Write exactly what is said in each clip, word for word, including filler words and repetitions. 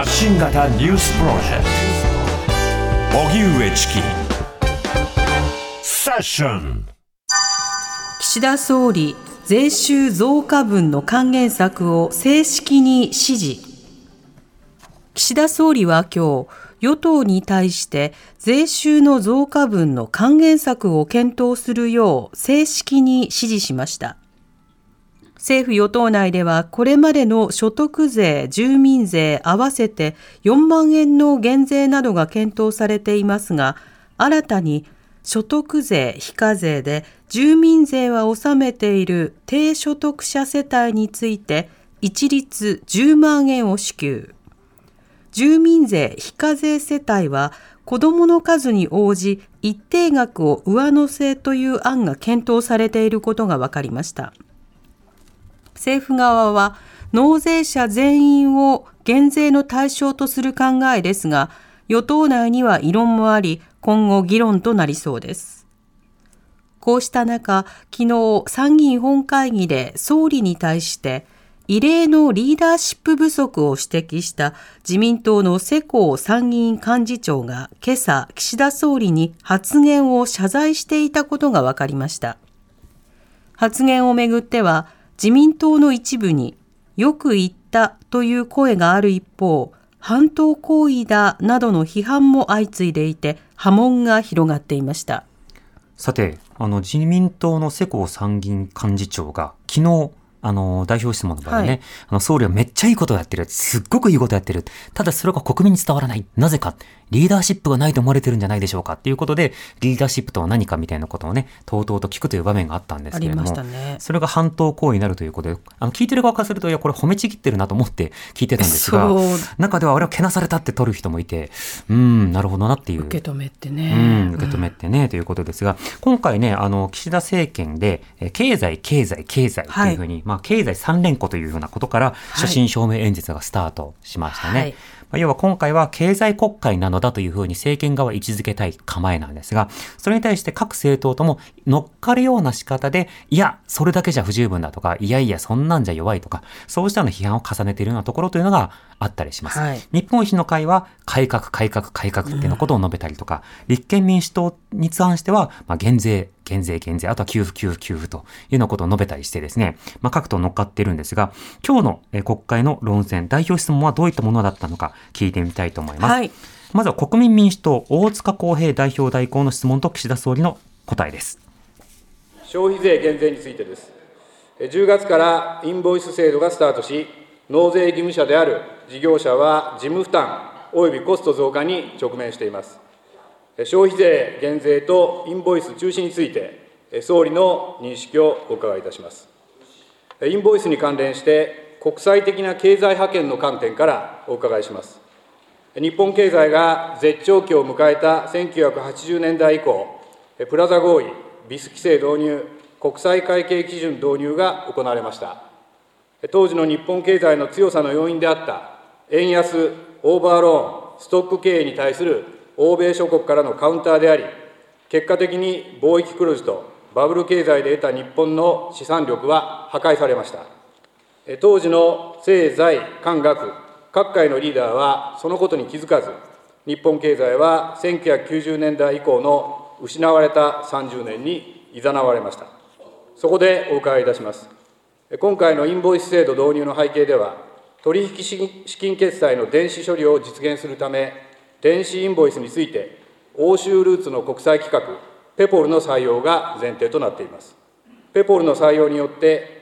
発信型ニュースプロジェクト荻上チキセッション。 岸田総理、税収増加分の還元策を正式に指示。岸田総理は今日、与党に対して税収の増加分の還元策を検討するよう正式に指示しました。政府与党内ではこれまでの所得税、住民税合わせてよんまんえんの減税などが検討されていますが、新たに所得税非課税で住民税は納めている低所得者世帯について一律じゅうまんえんを支給。住民税非課税世帯は子どもの数に応じ一定額を上乗せという案が検討されていることが分かりました。政府側は納税者全員を減税の対象とする考えですが、与党内には異論もあり、今後議論となりそうです。こうした中、昨日参議院本会議で総理に対して異例のリーダーシップ不足を指摘した自民党の世耕参議院幹事長が今朝岸田総理に発言を謝罪していたことが分かりました。発言をめぐっては自民党の一部によく言ったという声がある一方、反党行為だなどの批判も相次いでいて波紋が広がっていました。 さて、あの自民党の世耕参議院幹事長が昨日あの代表質問の場合ね、はい、あの総理はめっちゃいいことやってる、すっごくいいことやってる、ただそれが国民に伝わらない、なぜかリーダーシップがないと思われてるんじゃないでしょうかっていうことで、リーダーシップとは何かみたいなことをねとうとうと聞くという場面があったんですけれども、ありましたね。それが反党行為になるということで、あの聞いてる側からするといやこれ褒めちぎってるなと思って聞いてたんですが、中ではあれはけなされたって取る人もいて、うーんなるほどなっていう、 受け止めてね、 うん受け止めてね、うん、ということですが、今回ねあの岸田政権で経済経済経済というふうに、はい、まあ経済三連というふうなことから所信表明演説がスタートしましたね、はい。まあ、要は今回は経済国会なのだというふうに政権側は位置づけたい構えなんですが、それに対して各政党とも乗っかるような仕方で、いやそれだけじゃ不十分だとか、いやいやそんなんじゃ弱いとか、そうしたような批判を重ねているようなところというのがあったりします、はい。日本維新の会は改革改革改革っていうのことを述べたりとか、うん、立憲民主党に関しては、まあ、減税減税減税、あとは給付給付給付というようなことを述べたりしてですね、まあ、各党乗っかっているんですが、今日の国会の論戦、代表質問はどういったものだったのか聞いてみたいと思います、はい。まずは国民民主党大塚康平代表代行の質問と岸田総理の答えです。 消費税減税についてです。じゅうがつからインボイス制度がスタートし、納税義務者である事業者は事務負担およびコスト増加に直面しています。消費税減税とインボイス中止について、総理の認識をお伺いいたします。インボイスに関連して、国際的な経済覇権の観点からお伺いします。日本経済が絶頂期を迎えたせんきゅうひゃくはちじゅうねんだい以降、プラザ合意、ビス規制導入、国際会計基準導入が行われました。当時の日本経済の強さの要因であった円安、オーバーローン、ストック経営に対する欧米諸国からのカウンターであり、結果的に貿易黒字とバブル経済で得た日本の資産力は破壊されました。当時の政財官学各界のリーダーはそのことに気づかず、日本経済はせんきゅうひゃくきゅうじゅうねんだい以降の失われたさんじゅうねんに誘われました。そこでお伺いいたします。今回のインボイス制度導入の背景では、取引資金決済の電子処理を実現するため、電子インボイスについて、欧州ルーツの国際規格、ペポルの採用が前提となっています。ペポルの採用によって、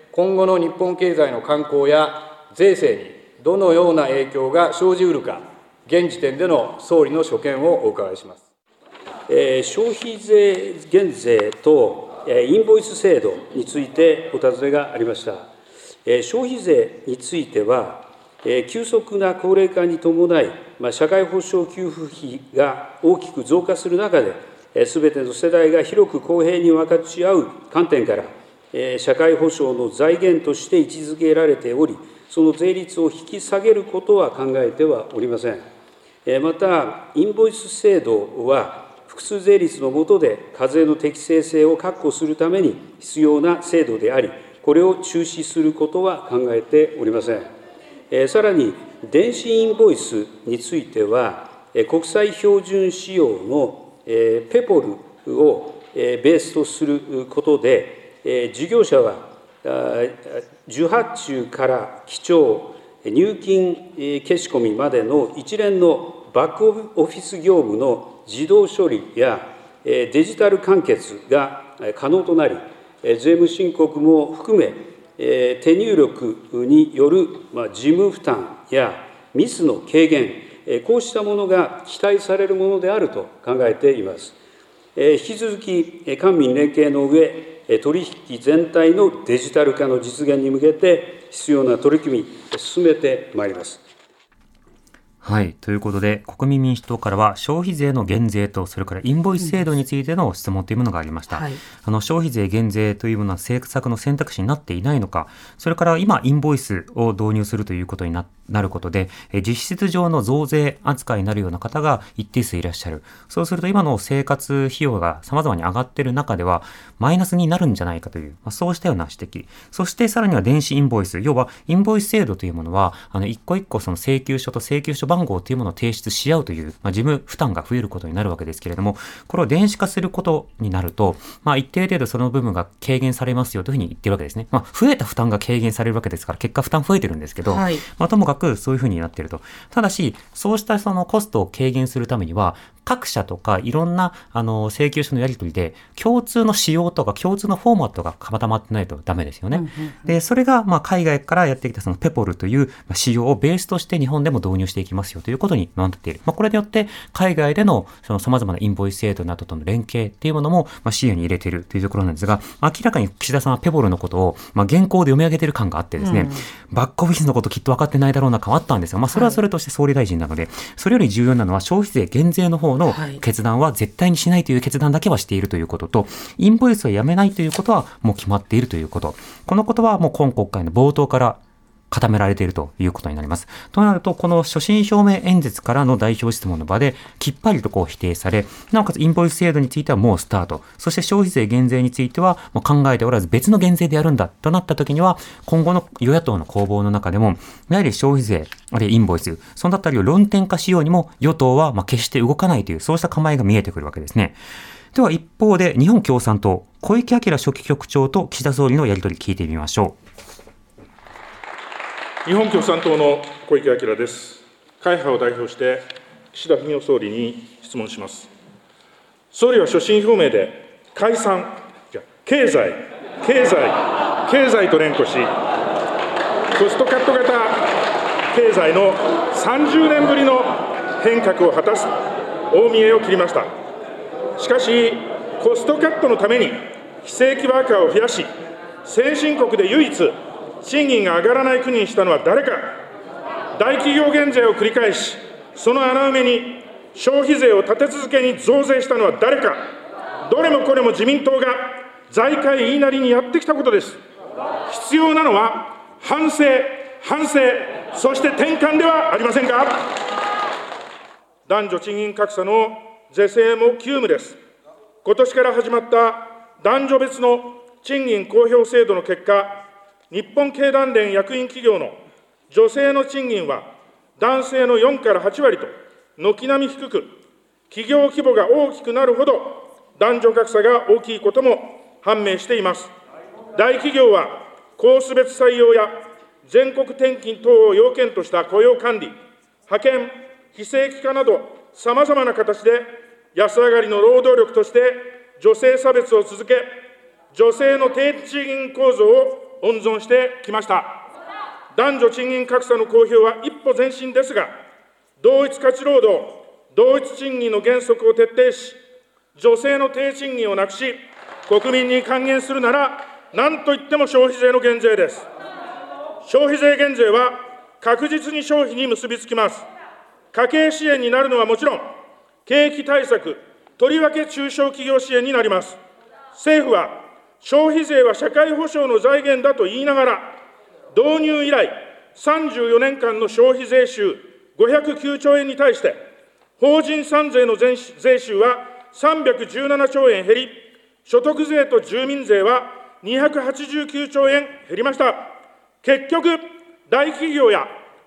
今後の日本経済の慣行や税制にどのような影響が生じうるか、現時点での総理の所見をお伺いします。 えー、消費税減税と、えー、インボイス制度についてお尋ねがありました。えー、消費税については、急速な高齢化に伴い、社会保障給付費が大きく増加する中で、すべての世代が広く公平に分かち合う観点から、社会保障の財源として位置づけられており、その税率を引き下げることは考えてはおりません。また、インボイス制度は、複数税率の下で課税の適正性を確保するために必要な制度であり、これを中止することは考えておりません。 さらに電子インボイスについては、国際標準仕様のペポルをベースとすることで、事業者は受発注から記帳、入金消し込みまでの一連のバックオフィス業務の自動処理やデジタル完結が可能となり、税務申告も含め、手入力による事務負担やミスの軽減、こうしたものが期待されるものであると考えています。引き続き官民連携の上、取引全体のデジタル化の実現に向けて必要な取り組み、進めてまいります。 はい。ということで、国民民主党からは消費税の減税と、それからインボイス制度についての質問というものがありました。はい、あの消費税減税というものは政策の選択肢になっていないのか、それから今インボイスを導入するということにななることで、実質上の増税扱いになるような方が一定数いらっしゃる。そうすると今の生活費用が様々に上がっている中ではマイナスになるんじゃないかという、まあ、そうしたような指摘。そしてさらには電子インボイス、要はインボイス制度というものは、あの一個一個その請求書と請求書番号というものを提出し合うという、まあ、事務負担が増えることになるわけですけれども、これを電子化することになると、まあ、一定程度その部分が軽減されますよというふうに言ってるわけですね。まあ、増えた負担が軽減されるわけですから、結果負担増えてるんですけど、はい、まあ、ともかくそういうふうになっていると。ただし、そうしたそのコストを軽減するためには、各社とかいろんなあの請求書のやり取りで共通の仕様とか共通のフォーマットが固まってないとダメですよね。うんうんうん、で、それがまあ海外からやってきたそのペポルという仕様をベースとして日本でも導入していきますよということになっている。まあ、これによって海外でのその様々なインボイス制度などとの連携っていうものもまあ視野に入れているというところなんですが、明らかに岸田さんはペポルのことをまあ原稿で読み上げている感があってですね、うん、バックオフィスのこときっと分かってないだろうな感はあったんですが、まあそれはそれとして総理大臣なので、はい、それより重要なのは消費税減税の方の決断は絶対にしないという決断だけはしているということと、インボイスをやめないということはもう決まっているということ。このことはもう今国会の冒頭から固められているということになります。となると、この所信表明演説からの代表質問の場できっぱりとこう否定され、なおかつインボイス制度についてはもうスタート、そして消費税減税についてはもう考えておらず別の減税でやるんだとなった時には、今後の与野党の攻防の中でもやはり消費税あるいはインボイス、そのあたりを論点化しようにも与党はまあ決して動かないという、そうした構えが見えてくるわけですね。では一方で日本共産党小池晃書記局長と岸田総理のやり取り聞いてみましょう。 日本共産党の小池晃です。会派を代表して岸田文雄総理に質問します。総理は所信表明で解散、経済、経済、経済と連呼し、コストカット型経済のさんじゅうねんぶりの変革を果たす大見えを切りました。しかし、コストカットのために非正規ワーカーを増やし、先進国で唯一、賃金が上がらない国にしたのは誰か。大企業減税を繰り返し、その穴埋めに消費税を立て続けに増税したのは誰か。どれもこれも自民党が財界言いなりにやってきたことです。必要なのは反省、反省、そして転換ではありませんか。男女賃金格差の是正も急務です。今年から始まった男女別の賃金公表制度の結果、日本経団連役員企業の女性の賃金は男性のよんからはちわりと軒並み低く、企業規模が大きくなるほど男女格差が大きいことも判明しています。大企業はコース別採用や全国転勤等を要件とした雇用管理、派遣、非正規化などさまざまな形で安上がりの労働力として女性差別を続け、女性の低賃金構造を温存してきました。男女賃金格差の公表は一歩前進ですが、同一価値労働、同一賃金の原則を徹底し、女性の低賃金をなくし、国民に還元するなら、何といっても消費税の減税です。消費税減税は確実に消費に結びつきます。家計支援になるのはもちろん、景気対策、とりわけ中小企業支援になります。政府は消費税は社会保障の財源だと言いながら、導入以来さんじゅうよねんかんの消費税収ごひゃくきゅうちょうえんに対して、法人産税の税収はさんびゃくじゅうななちょうえん減り、所得税と住民税はにひゃくはちじゅうきゅうちょうえん減りました。結局、大企業や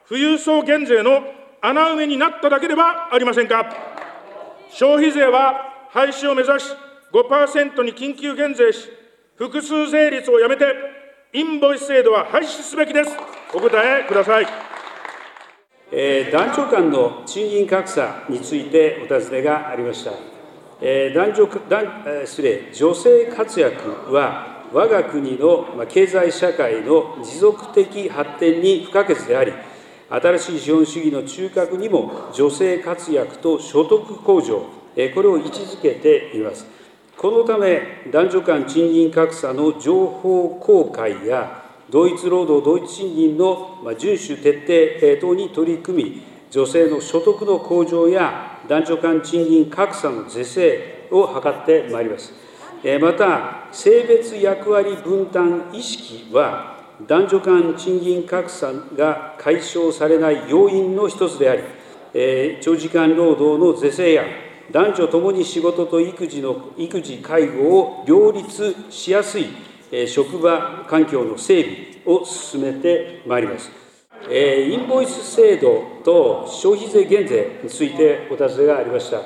富裕層減税の穴埋めになっただけではありませんか。消費税は廃止を目指し、ごパーセント に緊急減税し、複数税率をやめて、インボイス制度は廃止すべきです。お答えください。 えー、男女間の賃金格差についてお尋ねがありました。えー、男女男えー、失礼、女性活躍は、我が国の経済社会の持続的発展に不可欠であり、新しい資本主義の中核にも女性活躍と所得向上、これを位置づけています。このため、男女間賃金格差の情報公開や、同一労働同一賃金の遵守徹底等に取り組み、女性の所得の向上や男女間賃金格差の是正を図ってまいります。また、性別役割分担意識は、男女間賃金格差が解消されない要因の一つであり、長時間労働の是正や、男女ともに仕事と育児の育児介護を両立しやすい職場環境の整備を進めてまいります。インボイス制度と消費税減税についてお尋ねがありました。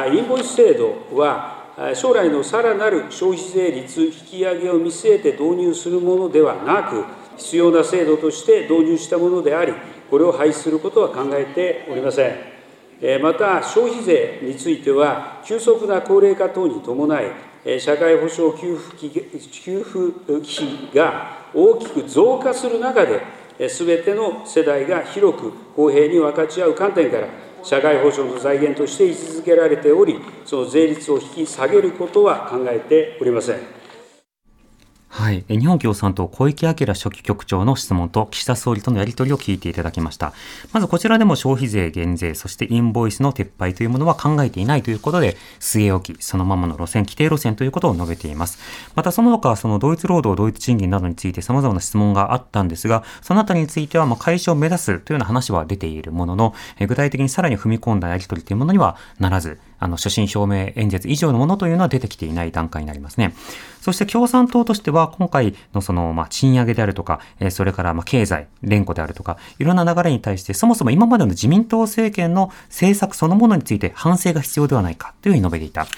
インボイス制度は将来のさらなる消費税率引き上げを見据えて導入するものではなく、必要な制度として導入したものであり、これを廃止することは考えておりません。また、消費税については、急速な高齢化等に伴い、社会保障給付費給付費が大きく増加する中で、すべての世代が広く公平に分かち合う観点から、社会保障の財源として位置づけられており、その税率を引き下げることは考えておりません。 はい、日本共産党小池晃書記局長の質問と岸田総理とのやり取りを聞いていただきました。まずこちらでも消費税減税、そしてインボイスの撤廃というものは考えていないということで、据え置き、そのままの路線、規定路線ということを述べています。またその他、その同一労働同一賃金などについて様々な質問があったんですが、そのあたりについてはまあ解消を目指すというような話は出ているものの、具体的にさらに踏み込んだやり取りというものにはならず、あの所信表明演説以上のものというのは出てきていない段階になりますね。そして共産党としては今回のそのまあ賃上げであるとか、それからまあ経済連呼であるとか、いろんな流れに対してそもそも今までの自民党政権の政策そのものについて反省が必要ではないかというふうに述べていた。はい、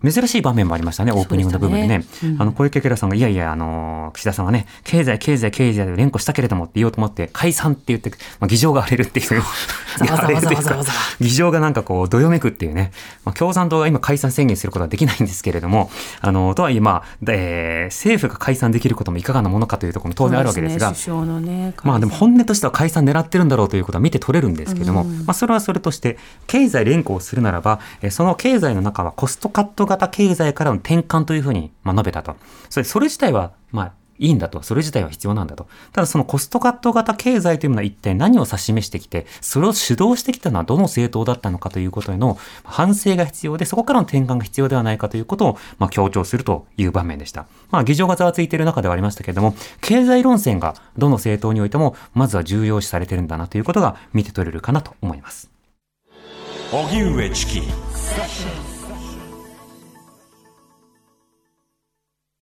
珍しい場面もありましたね、オープニングの部分でね。でねうん、あの小池晃さんがいやいやあの岸田さんはね経済経済経済で連呼したけれどもって言おうと思って解散って言って、まあ、議場が荒れるっていう議場がなんかこうどよめくっていうね、まあ、共産党が今解散宣言することはできないんですけれども、あのとはいえまあえー、政府が解散できることもいかがなものかというところも当然あるわけですが、 そうですね、首相のね、 まあでも本音としては解散狙ってるんだろうということは見て取れるんですけども、うんまあ、それはそれとして経済連行をするならば、その経済の中はコストカット型経済からの転換というふうにまあ述べたと。それ、それ自体はまあいいんだと。それ自体は必要なんだと。ただそのコストカット型経済というものは一体何を指し示してきて、それを主導してきたのはどの政党だったのかということへの反省が必要で、そこからの転換が必要ではないかということをまあ強調するという場面でした。まあ議場がざわついている中ではありましたけれども、経済論戦がどの政党においてもまずは重要視されているんだなということが見て取れるかなと思います。 荻上チキ